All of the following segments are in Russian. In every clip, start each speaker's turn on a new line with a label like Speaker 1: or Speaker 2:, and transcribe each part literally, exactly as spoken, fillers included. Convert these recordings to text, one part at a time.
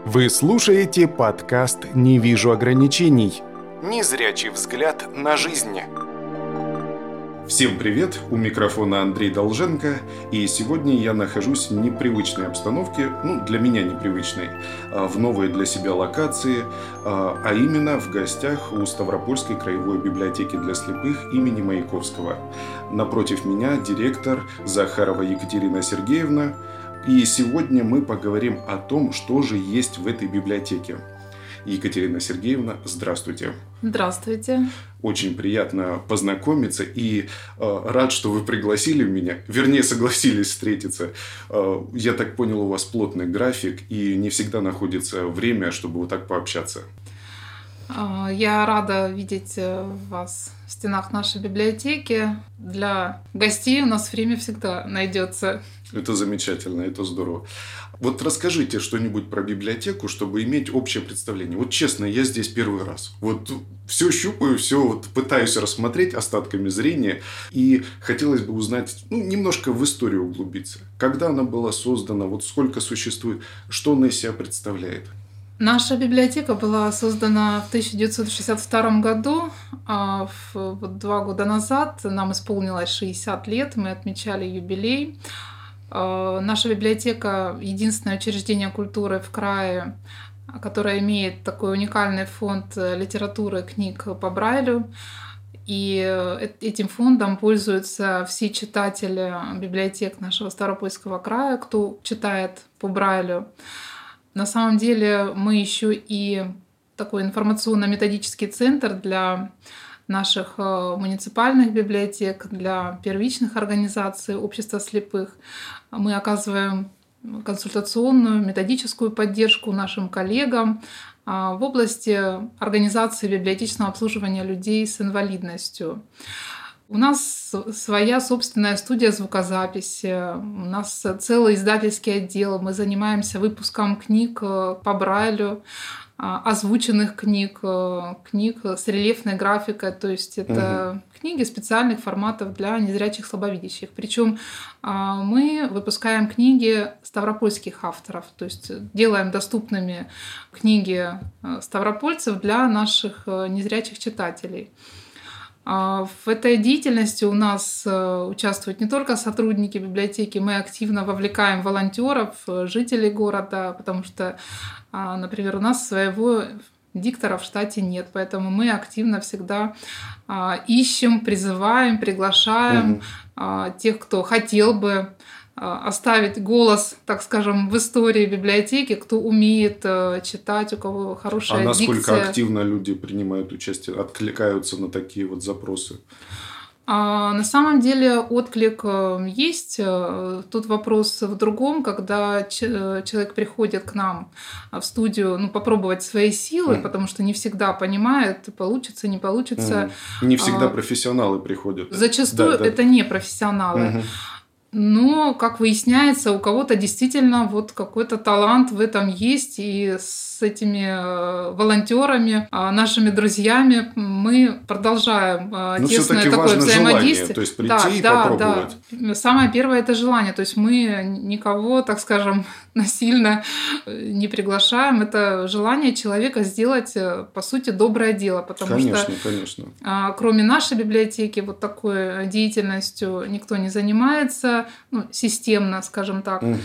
Speaker 1: Вы слушаете подкаст «Не вижу ограничений». Незрячий взгляд на жизнь.
Speaker 2: Всем привет! У микрофона Андрей Долженко, и сегодня я нахожусь в непривычной обстановке, ну, для меня непривычной, в новой для себя локации, а именно в гостях у Ставропольской краевой библиотеки для слепых имени Маяковского. Напротив меня директор Захарова Екатерина Сергеевна, и сегодня мы поговорим о том, что же есть в этой библиотеке. Екатерина Сергеевна, здравствуйте.
Speaker 3: Здравствуйте.
Speaker 2: Очень приятно познакомиться и э, рад, что вы пригласили меня, вернее, согласились встретиться. Э, я так понял, у вас плотный график и не всегда находится время, чтобы вот так пообщаться.
Speaker 3: Я рада видеть вас в стенах нашей библиотеки. Для гостей у нас время всегда найдется.
Speaker 2: Это замечательно, это здорово. Вот расскажите что-нибудь про библиотеку, чтобы иметь общее представление. Вот честно, я здесь первый раз. Вот все щупаю, все вот пытаюсь рассмотреть остатками зрения. И хотелось бы узнать, ну, немножко в историю углубиться. Когда она была создана, вот сколько существует, что она из себя представляет?
Speaker 3: Наша библиотека была создана в тысяча девятьсот шестьдесят втором году. А вот два года назад нам исполнилось шестьдесят лет, мы отмечали юбилей. Наша библиотека – единственное учреждение культуры в крае, которое имеет такой уникальный фонд литературы, книг по Брайлю. И этим фондом пользуются все читатели библиотек нашего Ставропольского края, кто читает по Брайлю. На самом деле мы еще и такой информационно-методический центр для наших муниципальных библиотек, для первичных организаций общества слепых. Мы оказываем консультационную, методическую поддержку нашим коллегам в области организации библиотечного обслуживания людей с инвалидностью. У нас своя собственная студия звукозаписи, у нас целый издательский отдел, мы занимаемся выпуском книг по Брайлю, озвученных книг, книг с рельефной графикой, то есть это угу. книги специальных форматов для незрячих слабовидящих. Причем мы выпускаем книги ставропольских авторов, то есть делаем доступными книги ставропольцев для наших незрячих читателей. В этой деятельности у нас участвуют не только сотрудники библиотеки, мы активно вовлекаем волонтеров, жителей города, потому что, например, у нас своего диктора в штате нет, поэтому мы активно всегда ищем, призываем, приглашаем угу. тех, кто хотел бы оставить голос, так скажем, в истории библиотеки, кто умеет читать, у кого хорошая дикция.
Speaker 2: А насколько дикция. Активно люди принимают участие, откликаются на такие вот запросы?
Speaker 3: А, на самом деле отклик есть. Тут вопрос в другом, когда человек приходит к нам в студию, ну, попробовать свои силы, mm. потому что не всегда понимает, получится, не получится.
Speaker 2: Mm. Не всегда а, профессионалы приходят.
Speaker 3: Зачастую да, да. это не профессионалы. Mm-hmm. Но, как выясняется, у кого-то действительно вот какой-то талант в этом есть, и с этими волонтерами, нашими друзьями мы продолжаем
Speaker 2: Но
Speaker 3: тесное такое взаимодействие.
Speaker 2: Желание, то есть прийти да, и да, попробовать.
Speaker 3: Да. Самое первое – это желание. То есть мы никого, так скажем, насильно не приглашаем. Это желание человека сделать, по сути, доброе дело. Потому
Speaker 2: конечно,
Speaker 3: что
Speaker 2: конечно.
Speaker 3: кроме нашей библиотеки вот такой деятельностью никто не занимается, ну, системно, скажем так. Угу.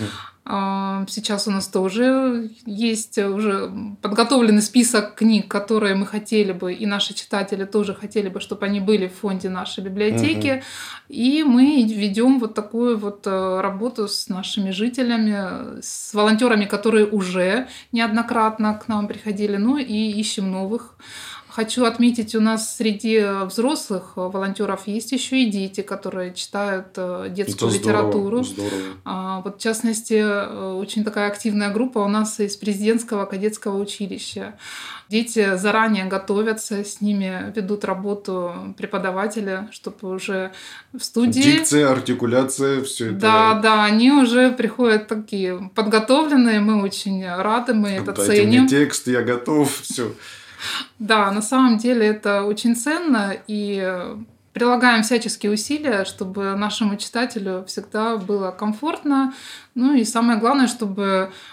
Speaker 3: Сейчас у нас тоже есть уже подготовленный список книг, которые мы хотели бы, и наши читатели тоже хотели бы, чтобы они были в фонде нашей библиотеки. Uh-huh. И мы ведем вот такую вот работу с нашими жителями, с волонтерами, которые уже неоднократно к нам приходили, ну и ищем новых. Хочу отметить, у нас среди взрослых волонтеров есть еще и дети, которые читают детскую
Speaker 2: Это
Speaker 3: литературу.
Speaker 2: Здорово, здорово.
Speaker 3: Вот, в частности, очень такая активная группа у нас из президентского кадетского училища. Дети заранее готовятся, с ними ведут работу преподаватели, чтобы уже в студии...
Speaker 2: Дикция, артикуляция, все это...
Speaker 3: Да, да, они уже приходят такие подготовленные, мы очень рады, мы это
Speaker 2: Дайте
Speaker 3: ценим.
Speaker 2: мне текст, я готов, все.
Speaker 3: Да, на самом деле это очень ценно, и прилагаем всяческие усилия, чтобы нашему читателю всегда было комфортно. Ну и самое главное, чтобы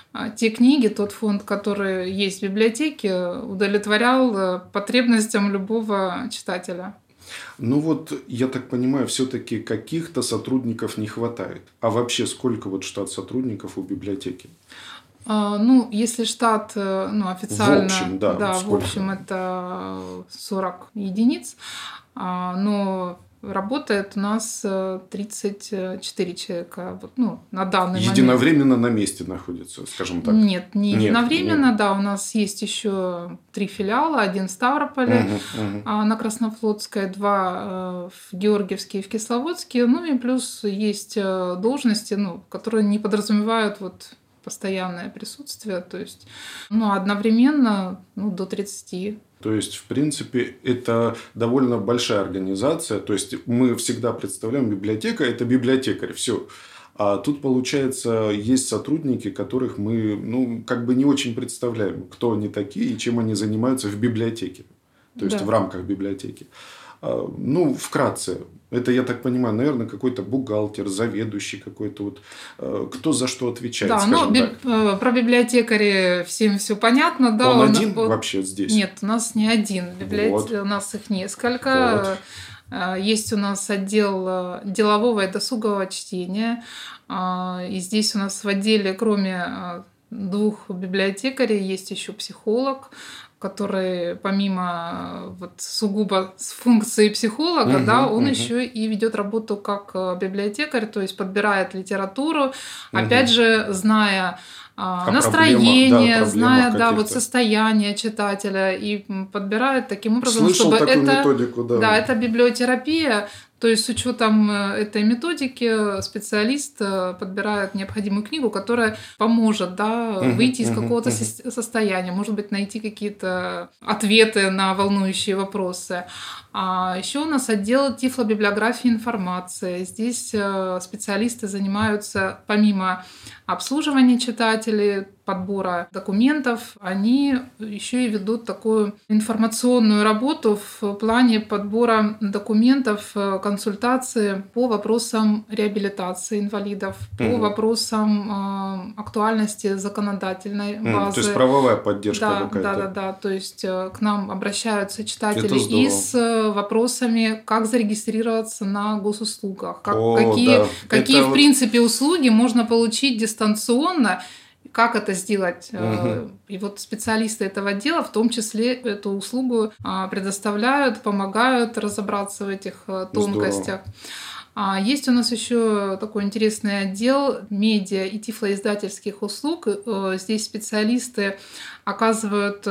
Speaker 3: те книги, тот фонд, который есть в библиотеке, удовлетворял потребностям любого читателя.
Speaker 2: Ну вот, я так понимаю, все-таки каких-то сотрудников не хватает. А вообще сколько вот штат сотрудников у библиотеки?
Speaker 3: А, ну, если штат, ну, официально,
Speaker 2: в общем, да,
Speaker 3: да,
Speaker 2: сколько?
Speaker 3: в общем, это сорок единиц, а, но работает у нас тридцать четыре человека, вот, ну, на данный момент.
Speaker 2: Единовременно на месте находятся, скажем так?
Speaker 3: Нет, не
Speaker 2: Нет,
Speaker 3: единовременно,
Speaker 2: нет.
Speaker 3: да, у нас есть еще три филиала, один в Ставрополе,
Speaker 2: Угу, угу.
Speaker 3: а на Краснофлотской, два в Георгиевске и в Кисловодске, ну и плюс есть должности, ну, которые не подразумевают вот постоянное присутствие, то есть, ну, одновременно, ну, до тридцати.
Speaker 2: То есть, в принципе, это довольно большая организация. То есть, мы всегда представляем, библиотека – это библиотекарь, все. А тут, получается, есть сотрудники, которых мы, ну, как бы не очень представляем, кто они такие и чем они занимаются в библиотеке. То есть,
Speaker 3: Да.
Speaker 2: в рамках библиотеки. Ну, вкратце. Это, я так понимаю, наверное, какой-то бухгалтер, заведующий какой-то вот, кто за что отвечает,
Speaker 3: Да,
Speaker 2: скажем
Speaker 3: ну, би-
Speaker 2: так.
Speaker 3: про библиотекаря всем все понятно, да.
Speaker 2: Он один
Speaker 3: он-
Speaker 2: вообще здесь?
Speaker 3: Нет, у нас не один. В библиотеке
Speaker 2: Вот.
Speaker 3: у нас их несколько. Э, Есть у нас отдел э, делового и досугового чтения. А, И здесь у нас в отделе, кроме э, двух библиотекарей, есть еще психолог, который помимо э, вот сугубо с функцией психолога,
Speaker 2: Мгм,
Speaker 3: да, он
Speaker 2: мгм.
Speaker 3: еще и ведет работу как э, библиотекарь, то есть подбирает литературу,
Speaker 2: Мгм.
Speaker 3: опять же, зная а,
Speaker 2: О
Speaker 3: настроение,
Speaker 2: проблемах, да,
Speaker 3: зная,
Speaker 2: проблемах
Speaker 3: да, вот
Speaker 2: каких-то.
Speaker 3: состояние читателя и м, подбирает таким образом,
Speaker 2: Слышал
Speaker 3: чтобы
Speaker 2: такую
Speaker 3: это,
Speaker 2: методику, да.
Speaker 3: да, это библиотерапия, то есть с учетом э, этой методики специалист э, подбирает необходимую книгу, которая поможет, да,
Speaker 2: Мгм,
Speaker 3: выйти из
Speaker 2: мгм,
Speaker 3: какого-то
Speaker 2: мгм.
Speaker 3: сос- состояния, может быть, найти какие-то ответы на волнующие вопросы. А еще у нас отдел тифлобиблиографии информации. Здесь э, специалисты занимаются помимо обслуживания читателей, подбора документов, они еще и ведут такую информационную работу в плане подбора документов, э, консультации по вопросам реабилитации инвалидов, по
Speaker 2: Мгм.
Speaker 3: вопросам э, актуальности законодательной
Speaker 2: М,
Speaker 3: базы.
Speaker 2: То есть, правовая поддержка
Speaker 3: Да,
Speaker 2: какая-то.
Speaker 3: да, да, да. То есть э, к нам обращаются читатели
Speaker 2: Это здорово.
Speaker 3: и с э, вопросами, как зарегистрироваться на госуслугах, как-
Speaker 2: О,
Speaker 3: какие,
Speaker 2: да.
Speaker 3: какие
Speaker 2: Это
Speaker 3: в
Speaker 2: вот-
Speaker 3: принципе услуги можно получить дистанционно, как это сделать. Э,
Speaker 2: Мгм.
Speaker 3: И вот специалисты этого отдела в том числе эту услугу а, предоставляют, помогают разобраться в этих э, тонкостях. А Есть у нас еще такой интересный отдел медиа и тифлоиздательских услуг. Э, Здесь специалисты оказывают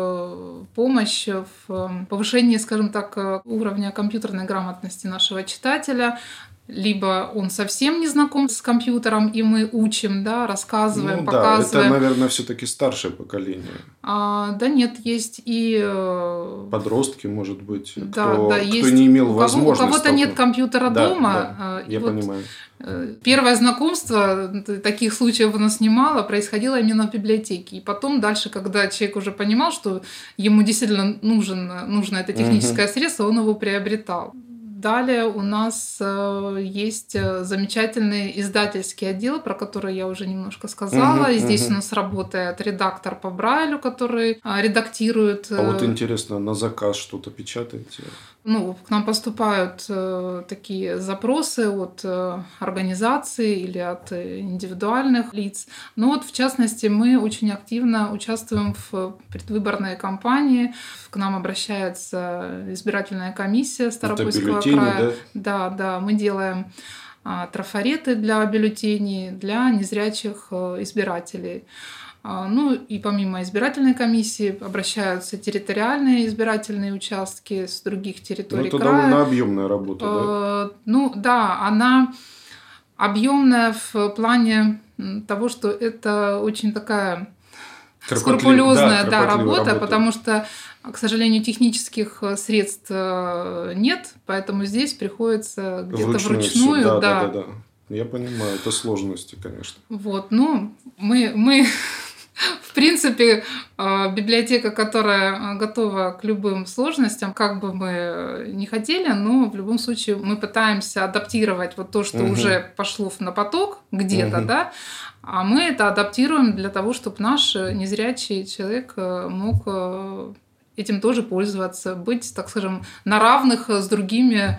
Speaker 3: э, помощь в э, повышении, скажем так, э, уровня компьютерной грамотности нашего читателя. Либо он совсем не знаком с компьютером, и мы учим, да, рассказываем,
Speaker 2: Ну да, это,
Speaker 3: показываем.
Speaker 2: наверное, все-таки старшее поколение.
Speaker 3: А, да нет, есть и э,
Speaker 2: Подростки, может быть,
Speaker 3: да,
Speaker 2: кто,
Speaker 3: да,
Speaker 2: кто
Speaker 3: есть
Speaker 2: не имел
Speaker 3: у кого-
Speaker 2: возможности.
Speaker 3: У кого-то нет
Speaker 2: столкнуться.
Speaker 3: компьютера
Speaker 2: Да,
Speaker 3: дома.
Speaker 2: да,
Speaker 3: э, и
Speaker 2: я
Speaker 3: вот,
Speaker 2: понимаю.
Speaker 3: э, Первое знакомство, т- таких случаев у нас немало, происходило именно в библиотеке. И потом дальше, когда человек уже понимал, что ему действительно нужен, нужно это техническое средство, он его приобретал. Далее у нас э, есть э, замечательный издательский отдел, про который я уже немножко сказала.
Speaker 2: Мгм,
Speaker 3: И здесь
Speaker 2: мгм.
Speaker 3: у нас работает редактор по Брайлю, который а, редактирует.
Speaker 2: А вот
Speaker 3: э,
Speaker 2: интересно, на заказ что-то печатаете?
Speaker 3: Ну, к нам поступают э, такие запросы от э, организаций или от э, индивидуальных лиц. Но вот, в частности, мы очень активно участвуем в предвыборной кампании. К нам обращается избирательная комиссия Ставропольского
Speaker 2: бюллетени,
Speaker 3: края.
Speaker 2: да?
Speaker 3: Да, да, мы делаем а, трафареты для бюллетеней для незрячих э, избирателей. А, Ну и помимо избирательной комиссии обращаются территориальные избирательные участки с других
Speaker 2: Ну,
Speaker 3: территорий
Speaker 2: это
Speaker 3: края.
Speaker 2: довольно объемная работа, да?
Speaker 3: Э, Ну да, она объемная в плане м, того, что это очень такая
Speaker 2: Кропотлив-
Speaker 3: скрупулезная,
Speaker 2: да,
Speaker 3: да,
Speaker 2: кропотливая
Speaker 3: работа,
Speaker 2: работа.
Speaker 3: потому что, к сожалению, технических э, средств э, нет, поэтому здесь приходится где-то
Speaker 2: Вручную
Speaker 3: вручную,
Speaker 2: всё. Да,
Speaker 3: да.
Speaker 2: да, да, да. Я понимаю, это сложности, конечно.
Speaker 3: Вот, ну, мы, мы в принципе, э, библиотека, которая готова к любым сложностям, как бы мы ни хотели, но в любом случае мы пытаемся адаптировать вот то, что
Speaker 2: Мгм.
Speaker 3: уже пошло на поток где-то,
Speaker 2: Мгм.
Speaker 3: да, А мы это адаптируем для того, чтобы наш незрячий человек мог этим тоже пользоваться, быть, так скажем, на равных с другими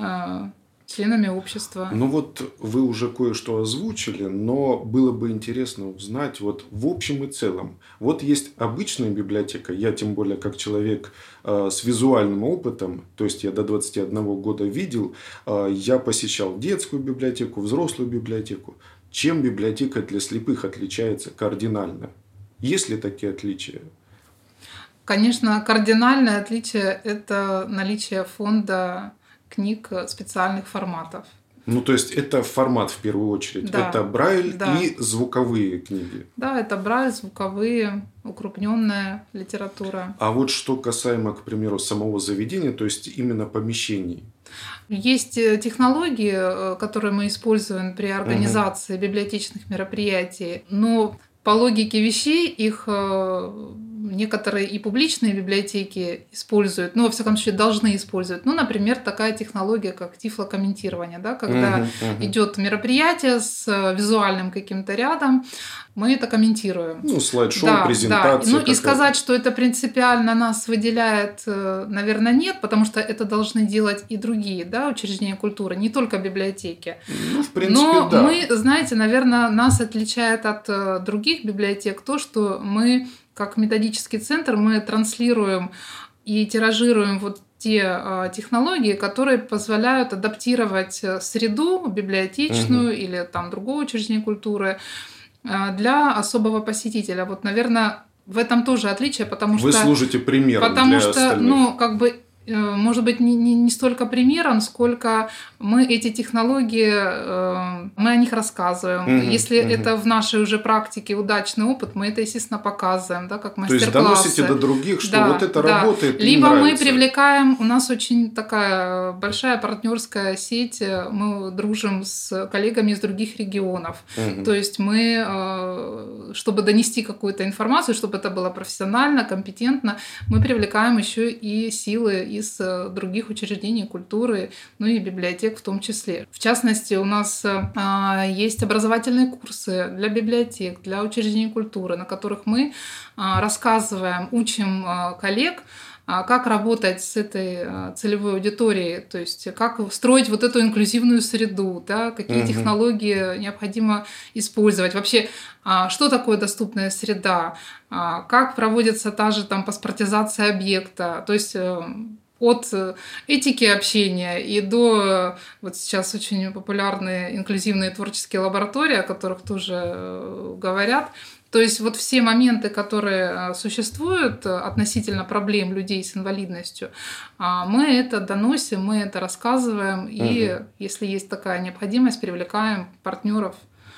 Speaker 3: членами общества.
Speaker 2: Ну вот вы уже кое-что озвучили, но было бы интересно узнать вот в общем и целом. Вот есть обычная библиотека, я тем более как человек э, с визуальным опытом, то есть я до двадцати одного года видел, э, я посещал детскую библиотеку, взрослую библиотеку. Чем библиотека для слепых отличается кардинально? Есть ли такие отличия?
Speaker 3: Конечно, кардинальное отличие – это наличие фонда книг специальных форматов.
Speaker 2: Ну, то есть, это формат в первую очередь.
Speaker 3: Да,
Speaker 2: это Брайль
Speaker 3: да.
Speaker 2: и звуковые книги.
Speaker 3: Да, это Брайль, звуковые, укрупненная литература.
Speaker 2: А вот что касаемо, к примеру, самого заведения, то есть именно помещений.
Speaker 3: Есть технологии, которые мы используем при организации угу. библиотечных мероприятий, но по логике вещей их некоторые и публичные библиотеки используют, ну, во всяком случае, должны использовать. Ну, например, такая технология, как тифлокомментирование, да, когда uh-huh, uh-huh. идет мероприятие с визуальным каким-то рядом, мы это комментируем.
Speaker 2: Ну, слайд-шоу,
Speaker 3: да,
Speaker 2: презентация.
Speaker 3: Да. Ну, и сказать, что это принципиально нас выделяет, наверное, нет, потому что это должны делать и другие, да, учреждения культуры, не только библиотеки.
Speaker 2: Ну, в принципе,
Speaker 3: Но
Speaker 2: да.
Speaker 3: мы, знаете, наверное, нас отличает от других библиотек то, что мы как методический центр мы транслируем и тиражируем вот те э, технологии, которые позволяют адаптировать среду библиотечную угу. или там другого учреждения культуры э, для особого посетителя. Вот, наверное, в этом тоже отличие, потому
Speaker 2: Вы
Speaker 3: что...
Speaker 2: Вы служите примером
Speaker 3: потому
Speaker 2: для
Speaker 3: что,
Speaker 2: остальных.
Speaker 3: ну, как бы, может быть, не, не, не столько примером, сколько мы эти технологии, э, мы о них рассказываем. Uh-huh, Если uh-huh. это в нашей уже практике удачный опыт, мы это, естественно, показываем, да, как мастер-классы.
Speaker 2: То есть доносите до других, что
Speaker 3: да,
Speaker 2: вот это
Speaker 3: да.
Speaker 2: работает,
Speaker 3: Либо
Speaker 2: им
Speaker 3: мы
Speaker 2: нравится.
Speaker 3: привлекаем, у нас очень такая большая партнерская сеть, мы дружим с коллегами из других регионов. Uh-huh. То есть мы, э, чтобы донести какую-то информацию, чтобы это было профессионально, компетентно, мы привлекаем еще и силы из других учреждений культуры, ну и библиотек в том числе. В частности, у нас а, есть образовательные курсы для библиотек, для учреждений культуры, на которых мы а, рассказываем, учим а, коллег, а, как работать с этой а, целевой аудиторией, то есть как строить вот эту инклюзивную среду, да, какие угу. технологии необходимо использовать. Вообще, а, что такое доступная среда, а, как проводится та же там паспортизация объекта, то есть от этики общения и до вот сейчас очень популярные инклюзивные творческие лаборатории, о которых тоже говорят. То есть вот все моменты, которые существуют относительно проблем людей с инвалидностью, мы это доносим, мы это рассказываем, угу. и если есть такая необходимость, привлекаем партнеров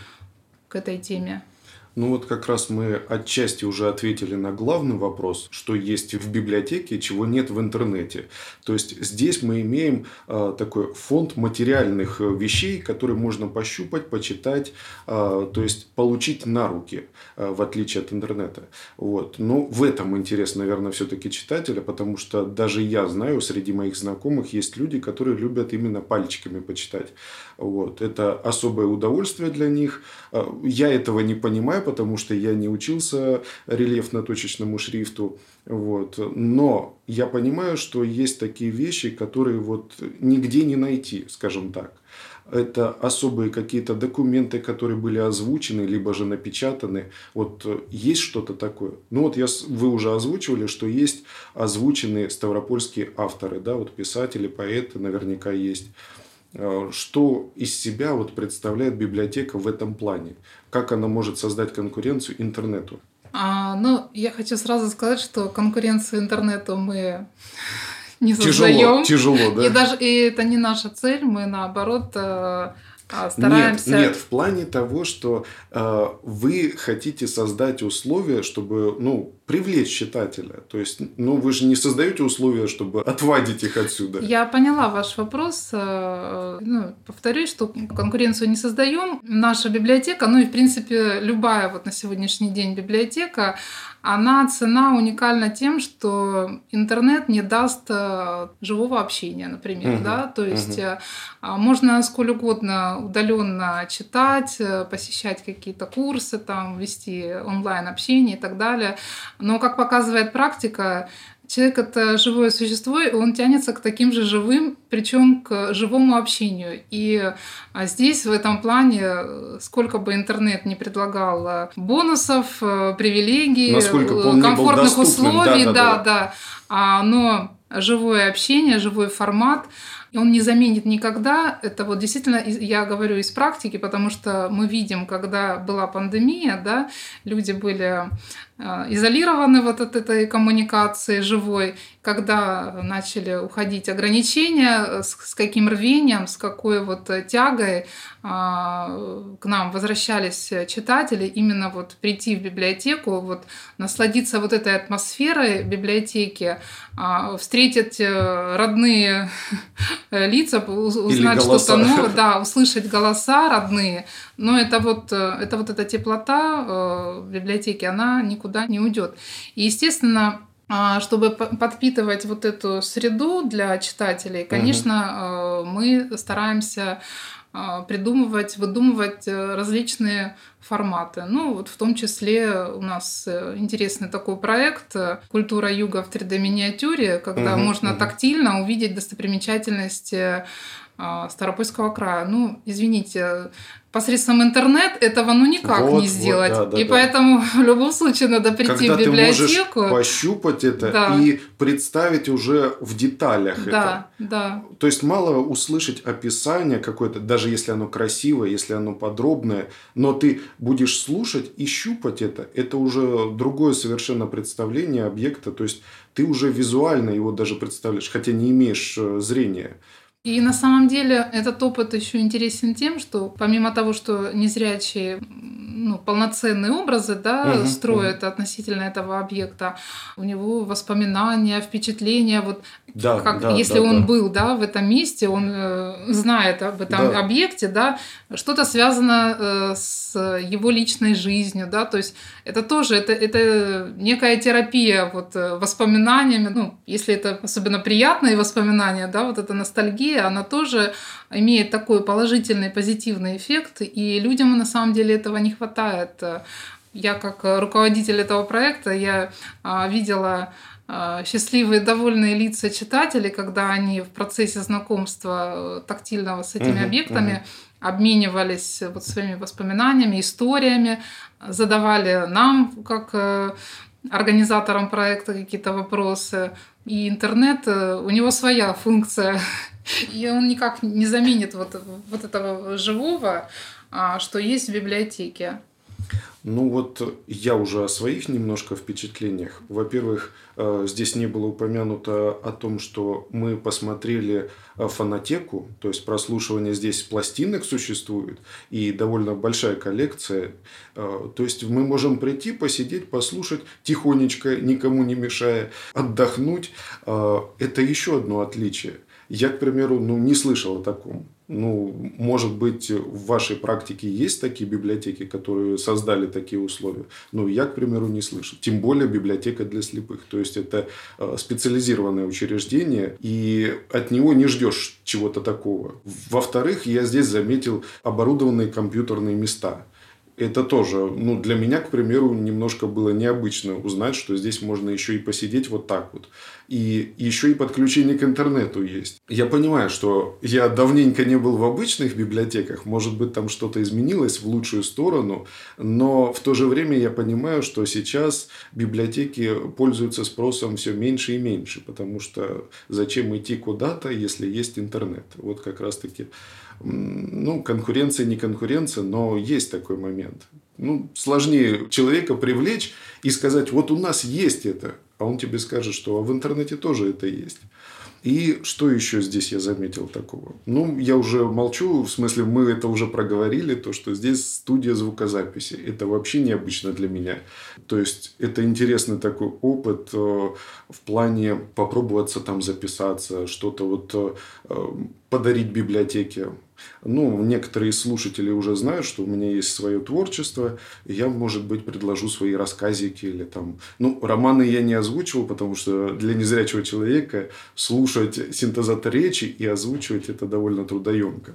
Speaker 3: к этой теме.
Speaker 2: Ну вот как раз мы отчасти уже ответили на главный вопрос, что есть в библиотеке, чего нет в интернете. То есть здесь мы имеем э, такой фонд материальных вещей, которые можно пощупать, почитать, э, то есть получить на руки, э, в отличие от интернета. Вот. Но в этом интерес, наверное, все-таки читателя, потому что даже я знаю, среди моих знакомых есть люди, которые любят именно пальчиками почитать. Вот. Это особое удовольствие для них. Я этого не понимаю, потому что я не учился рельефно-точечному шрифту. Вот. Но я понимаю, что есть такие вещи, которые вот нигде не найти, скажем так. Это особые какие-то документы, которые были озвучены, либо же напечатаны. Вот есть что-то такое? Ну вот я, вы уже озвучивали, что есть озвученные ставропольские авторы, да, вот писатели, поэты наверняка есть. Что из себя вот представляет библиотека в этом плане? Как она может создать конкуренцию интернету?
Speaker 3: А, ну, я хочу сразу сказать, что конкуренцию интернету мы не создаем.
Speaker 2: Тяжело, тяжело, да?
Speaker 3: И даже и это не наша цель, мы наоборот стараемся...
Speaker 2: Нет, нет, в плане того, что э, вы хотите создать условия, чтобы, ну, привлечь читателя. То есть, ну, вы же не создаете условия, чтобы отвадить их отсюда.
Speaker 3: Я поняла ваш вопрос. Ну, повторюсь, что конкуренцию не создаем. Наша библиотека, ну и, в принципе, любая вот на сегодняшний день библиотека, она цена уникальна тем, что интернет не даст живого общения, например. Uh-huh, да? То есть uh-huh. можно сколь угодно удаленно читать, посещать какие-то курсы, там, вести онлайн-общение и так далее. Но, как показывает практика, человек – это живое существо, и он тянется к таким же живым, причем к живому общению. И здесь, в этом плане, сколько бы интернет не предлагал бонусов, привилегий, комфортных условий, да, да, да, да, но живое общение, живой формат, и он не заменит никогда. Это вот действительно, я говорю из практики, потому что мы видим, когда была пандемия, да, люди были изолированы вот от этой коммуникации живой, когда начали уходить ограничения, с, с каким рвением, с какой вот тягой а, к нам возвращались читатели, именно вот прийти в библиотеку, вот насладиться вот этой атмосферой библиотеки, а, встретить родные лица, узнать что-то новое, да, услышать голоса родные. Но это вот, это вот эта теплота в библиотеке, она никуда не уйдет. И, естественно, чтобы подпитывать вот эту среду для читателей, конечно, угу. мы стараемся придумывать, выдумывать различные форматы. Ну, вот в том числе у нас интересный такой проект «Культура юга в три дэ-миниатюре», когда угу, можно угу. тактильно увидеть достопримечательности Ставропольского края. Ну, извините, посредством интернет этого ну никак вот, не сделать. Вот, да, да, и да. поэтому в любом случае надо прийти
Speaker 2: Когда
Speaker 3: в библиотеку.
Speaker 2: Ты можешь пощупать это да. и представить уже в деталях
Speaker 3: да,
Speaker 2: это.
Speaker 3: Да.
Speaker 2: То есть мало услышать описание какое-то, даже если оно красивое, если оно подробное, но ты будешь слушать и щупать это. Это уже другое совершенно представление объекта. То есть ты уже визуально его даже представляешь, хотя не имеешь зрения.
Speaker 3: И на самом деле этот опыт еще интересен тем, что помимо того, что незрячие ну, полноценные образы да, угу, строят угу. относительно этого объекта, у него воспоминания, впечатления, вот
Speaker 2: да,
Speaker 3: как,
Speaker 2: да,
Speaker 3: если
Speaker 2: да,
Speaker 3: он
Speaker 2: да.
Speaker 3: был да, в этом месте, он э, знает об этом да. объекте, да, что-то связано э, с его личной жизнью, да, то есть это тоже это, это некая терапия вот, воспоминаниями, ну, если это особенно приятные воспоминания, да, вот эта ностальгия, она тоже имеет такой положительный, позитивный эффект, и людям на самом деле этого не хватает. Я как руководитель этого проекта, я видела счастливые, довольные лица читателей, когда они в процессе знакомства тактильного с этими uh-huh, объектами uh-huh. обменивались вот своими воспоминаниями, историями, задавали нам, как организаторам проекта, какие-то вопросы. И интернет, у него своя функция, и он никак не заменит вот, вот этого живого, что есть в библиотеке.
Speaker 2: Ну вот я уже о своих немножко впечатлениях. Во-первых, здесь не было упомянуто о том, что мы посмотрели фонотеку, то есть прослушивание здесь пластинок существует, и довольно большая коллекция. То есть мы можем прийти, посидеть, послушать тихонечко, никому не мешая, отдохнуть. Это еще одно отличие. Я, к примеру, ну, не слышал о таком. Ну, может быть, в вашей практике есть такие библиотеки, которые создали такие условия. Но я, к примеру, не слышал. Тем более библиотека для слепых. То есть это специализированное учреждение, и от него не ждешь чего-то такого. Во-вторых, я здесь заметил оборудованные компьютерные места. Это тоже, ну, для меня, к примеру, немножко было необычно узнать, что здесь можно еще и посидеть вот так вот. И еще и подключение к интернету есть. Я понимаю, что я давненько не был в обычных библиотеках, может быть, там что-то изменилось в лучшую сторону, но в то же время я понимаю, что сейчас библиотеки пользуются спросом все меньше и меньше, потому что зачем идти куда-то, если есть интернет? Вот как раз-таки... Ну, конкуренция не конкуренция, но есть такой момент. Ну, сложнее человека привлечь и сказать, вот у нас есть это, а он тебе скажет, что в интернете тоже это есть. И что еще здесь я заметил такого? Ну, я уже молчу, в смысле, мы это уже проговорили, то, что здесь студия звукозаписи. Это вообще необычно для меня. То есть, это интересный такой опыт в плане попробоваться там записаться, что-то вот подарить библиотеке. Ну, некоторые слушатели уже знают, что у меня есть свое творчество, и я, может быть, предложу свои рассказики или там... Ну, романы я не озвучивал, потому что для незрячего человека слушать синтезатор речи и озвучивать это довольно трудоемко.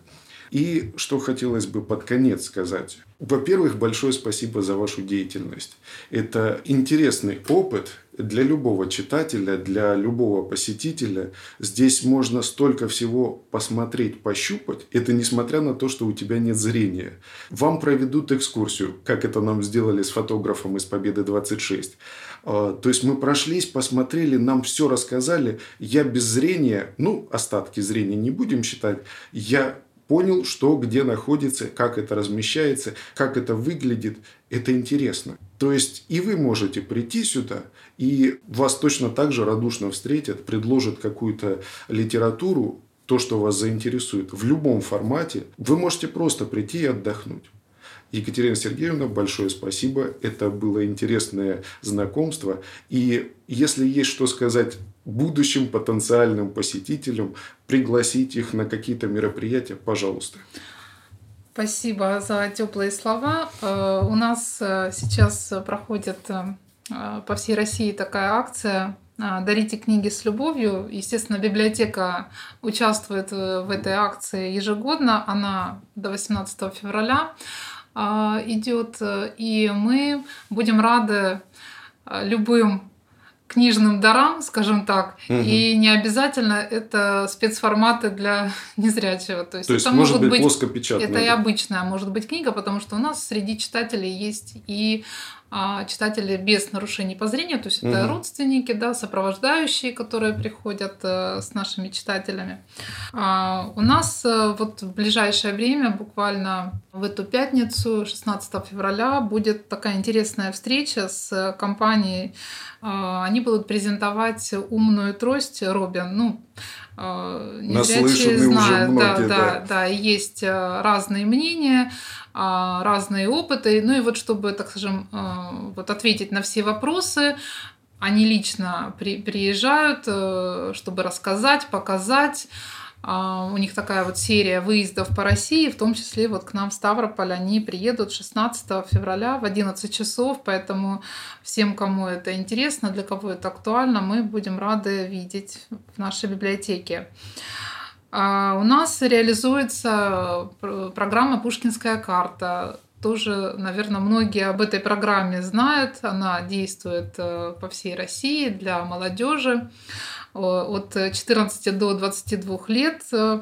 Speaker 2: И что хотелось бы под конец сказать. Во-первых, большое спасибо за вашу деятельность. Это интересный опыт для любого читателя, для любого посетителя. Здесь можно столько всего посмотреть, пощупать. Это несмотря на то, что у тебя нет зрения. Вам проведут экскурсию, как это нам сделали с фотографом из Победы двадцать шесть. То есть мы прошлись, посмотрели, нам все рассказали. Я без зрения, ну, остатки зрения не будем считать, я понял, что где находится, как это размещается, как это выглядит. Это интересно. То есть и вы можете прийти сюда, и вас точно так же радушно встретят, предложат какую-то литературу, то, что вас заинтересует в любом формате. Вы можете просто прийти и отдохнуть. Екатерина Сергеевна, большое спасибо. Это было интересное знакомство. И если есть что сказать будущим потенциальным посетителям, пригласить их на какие-то мероприятия, пожалуйста.
Speaker 3: Спасибо за теплые слова. У нас сейчас проходит по всей России такая акция «Дарите книги с любовью». Естественно, библиотека участвует в этой акции ежегодно. Она до восемнадцатого февраля идет. И мы будем рады любым книжным дарам, скажем так, угу. И не обязательно это спецформаты для незрячего. То есть,
Speaker 2: То есть
Speaker 3: это
Speaker 2: может быть,
Speaker 3: быть
Speaker 2: плоскопечатная.
Speaker 3: Это и обычная может быть книга, потому что у нас среди читателей есть и а, читатели без нарушений по зрению, то есть это угу. родственники, да, сопровождающие, которые приходят а, с нашими читателями. А, у нас а, вот в ближайшее время, буквально в эту пятницу, шестнадцатого февраля, будет такая интересная встреча с компанией. Они будут презентовать умную трость Робин. Ну, незрячие знают, многие, да, да, да, да, есть разные мнения, разные опыты. Ну и вот чтобы, так скажем, вот ответить на все вопросы, они лично при, приезжают, чтобы рассказать, показать. У них такая вот серия выездов по России, в том числе вот к нам в Ставрополь они приедут шестнадцатого февраля в одиннадцать часов, поэтому всем, кому это интересно, для кого это актуально, мы будем рады видеть в нашей библиотеке. У нас реализуется программа «Пушкинская карта». Тоже, наверное, многие об этой программе знают. Она действует по всей России для молодежи от четырнадцати до двадцати двух лет.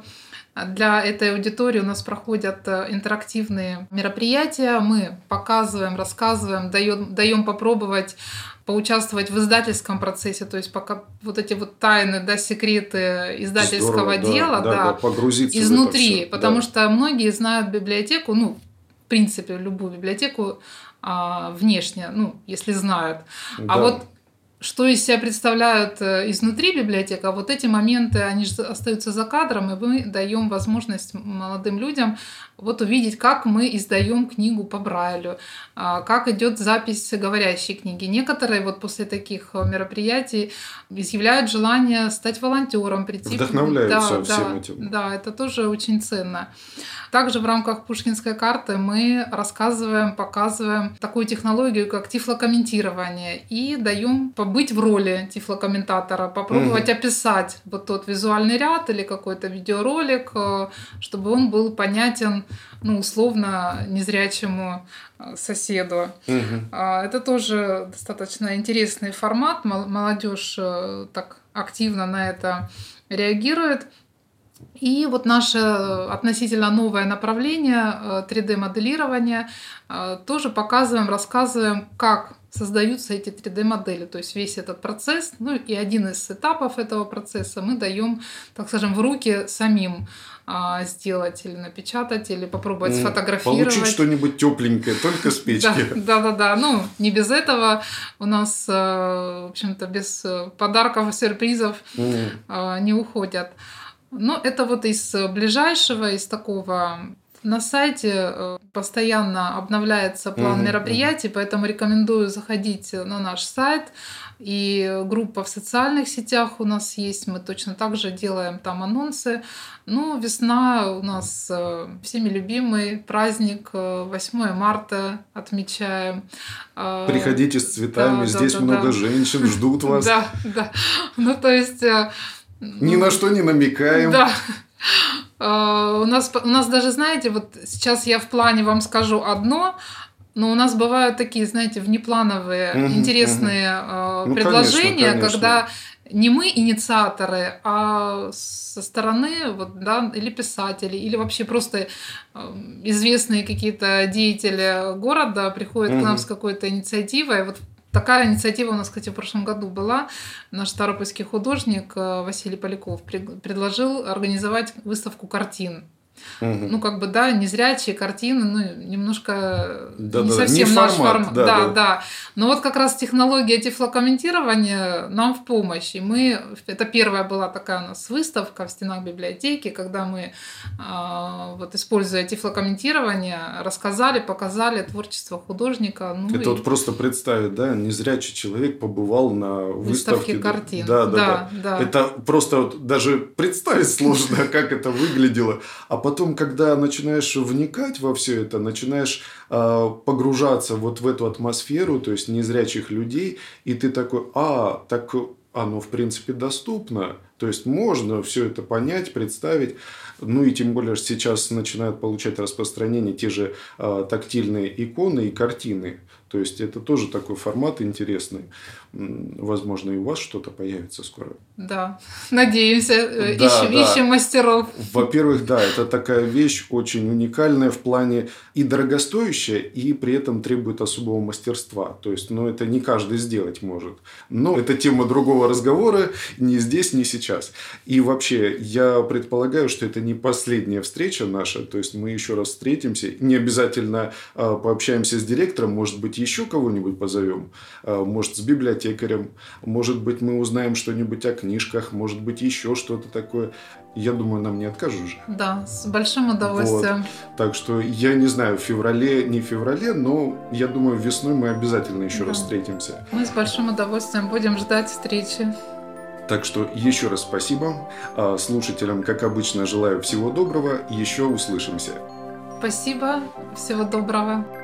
Speaker 3: Для этой аудитории у нас проходят интерактивные мероприятия. Мы показываем, рассказываем, даем, даем попробовать поучаствовать в издательском процессе, то есть пока вот эти вот тайны, да, секреты издательского
Speaker 2: Здорово,
Speaker 3: дела,
Speaker 2: да,
Speaker 3: да,
Speaker 2: да, да, погрузиться
Speaker 3: изнутри,
Speaker 2: в это всё,
Speaker 3: потому
Speaker 2: да.
Speaker 3: что многие знают библиотеку, ну, в принципе, любую библиотеку а, внешне, ну, если знают.
Speaker 2: Да.
Speaker 3: А вот что из себя представляют изнутри библиотека, вот эти моменты, они же остаются за кадром, и мы даем возможность молодым людям вот увидеть, как мы издаем книгу по Брайлю, как идет запись говорящей книги. Некоторые вот после таких мероприятий изъявляют желание стать волонтером, прийти.
Speaker 2: Вдохновляются
Speaker 3: да,
Speaker 2: всем
Speaker 3: да,
Speaker 2: этим.
Speaker 3: Да, это тоже очень ценно. Также в рамках Пушкинской карты мы рассказываем, показываем такую технологию, как тифлокомментирование, и даем побыть в роли тифлокомментатора, попробовать угу. описать вот тот визуальный ряд или какой-то видеоролик, чтобы он был понятен, ну, условно, незрячему соседу. Угу. Это тоже достаточно интересный формат. Молодежь так активно на это реагирует. И вот наше относительно новое направление три дэ-моделирования тоже показываем, рассказываем, как создаются эти три дэ-модели, то есть весь этот процесс, ну и один из этапов этого процесса мы даем, так скажем, в руки самим сделать или напечатать, или попробовать сфотографировать.
Speaker 2: Получить что-нибудь тепленькое, только с печки.
Speaker 3: Да, да, да. Ну, не без этого. У нас, в общем-то, без подарков, сюрпризов не уходят. Но это вот из ближайшего, из такого. На сайте постоянно обновляется план uh-huh, мероприятий, uh-huh. поэтому рекомендую заходить на наш сайт. И группа в социальных сетях у нас есть, мы точно так же делаем там анонсы. Ну, весна у нас всеми любимый праздник, восьмое марта отмечаем.
Speaker 2: Приходите с цветами, да, здесь да, да, много
Speaker 3: да.
Speaker 2: женщин ждут вас.
Speaker 3: Да, да. Ну, то есть...
Speaker 2: Ни на что не намекаем.
Speaker 3: Да. У нас, у нас даже, знаете, вот сейчас я в плане вам скажу одно, но у нас бывают такие, знаете, внеплановые, угу, интересные угу. ну, предложения, конечно, конечно. Когда не мы инициаторы, а со стороны вот, да, или писатели, или вообще просто известные какие-то деятели города приходят угу. к нам с какой-то инициативой. Вот такая инициатива у нас, кстати, в прошлом году была. Наш старопольский художник Василий Поляков предложил организовать выставку картин. Угу. Ну, как бы, да, незрячие картины, ну, немножко
Speaker 2: да,
Speaker 3: не
Speaker 2: да,
Speaker 3: совсем
Speaker 2: не
Speaker 3: наш
Speaker 2: формат.
Speaker 3: формат.
Speaker 2: Да,
Speaker 3: да,
Speaker 2: да.
Speaker 3: да. Но вот как раз технология тифлокомментирования нам в помощь. И мы, это первая была такая у нас выставка в стенах библиотеки, когда мы, вот, используя тифлокомментирование, рассказали, показали творчество художника. Ну,
Speaker 2: это
Speaker 3: и...
Speaker 2: вот просто представить, да, незрячий человек побывал на выставке,
Speaker 3: выставке картин.
Speaker 2: Да, да,
Speaker 3: да,
Speaker 2: да.
Speaker 3: да.
Speaker 2: Это просто вот даже представить сложно, как это выглядело. А потом, когда начинаешь вникать во все это, начинаешь э, погружаться вот в эту атмосферу, то есть незрячих людей, и ты такой, а, так оно в принципе доступно, то есть можно все это понять, представить. Ну и тем более сейчас начинают получать распространение те же э, тактильные иконы и картины. То есть это тоже такой формат интересный. Возможно, и у вас что-то появится скоро.
Speaker 3: Да, надеемся,
Speaker 2: да,
Speaker 3: ищем,
Speaker 2: да.
Speaker 3: ищем мастеров.
Speaker 2: Во-первых, да, это такая вещь очень уникальная в плане и дорогостоящая, и при этом требует особого мастерства. То есть, ну, это не каждый сделать может. Но это тема другого разговора, ни здесь, ни сейчас. И вообще, я предполагаю, что это не последняя встреча наша. То есть, мы еще раз встретимся. Не обязательно э, пообщаемся с директором, может быть, еще кого-нибудь позовем. Э, может, с библиотекарем. Может быть, мы узнаем что-нибудь о книжках. Может быть, еще что-то такое. Я думаю, нам не откажут же.
Speaker 3: Да, с большим удовольствием.
Speaker 2: Вот. Так что, я не знаю, в феврале, не в феврале, но я думаю, весной мы обязательно еще да. раз встретимся.
Speaker 3: Мы с большим удовольствием будем ждать встречи.
Speaker 2: Так что еще раз спасибо. Слушателям, как обычно, желаю всего доброго. Еще услышимся.
Speaker 3: Спасибо. Всего доброго.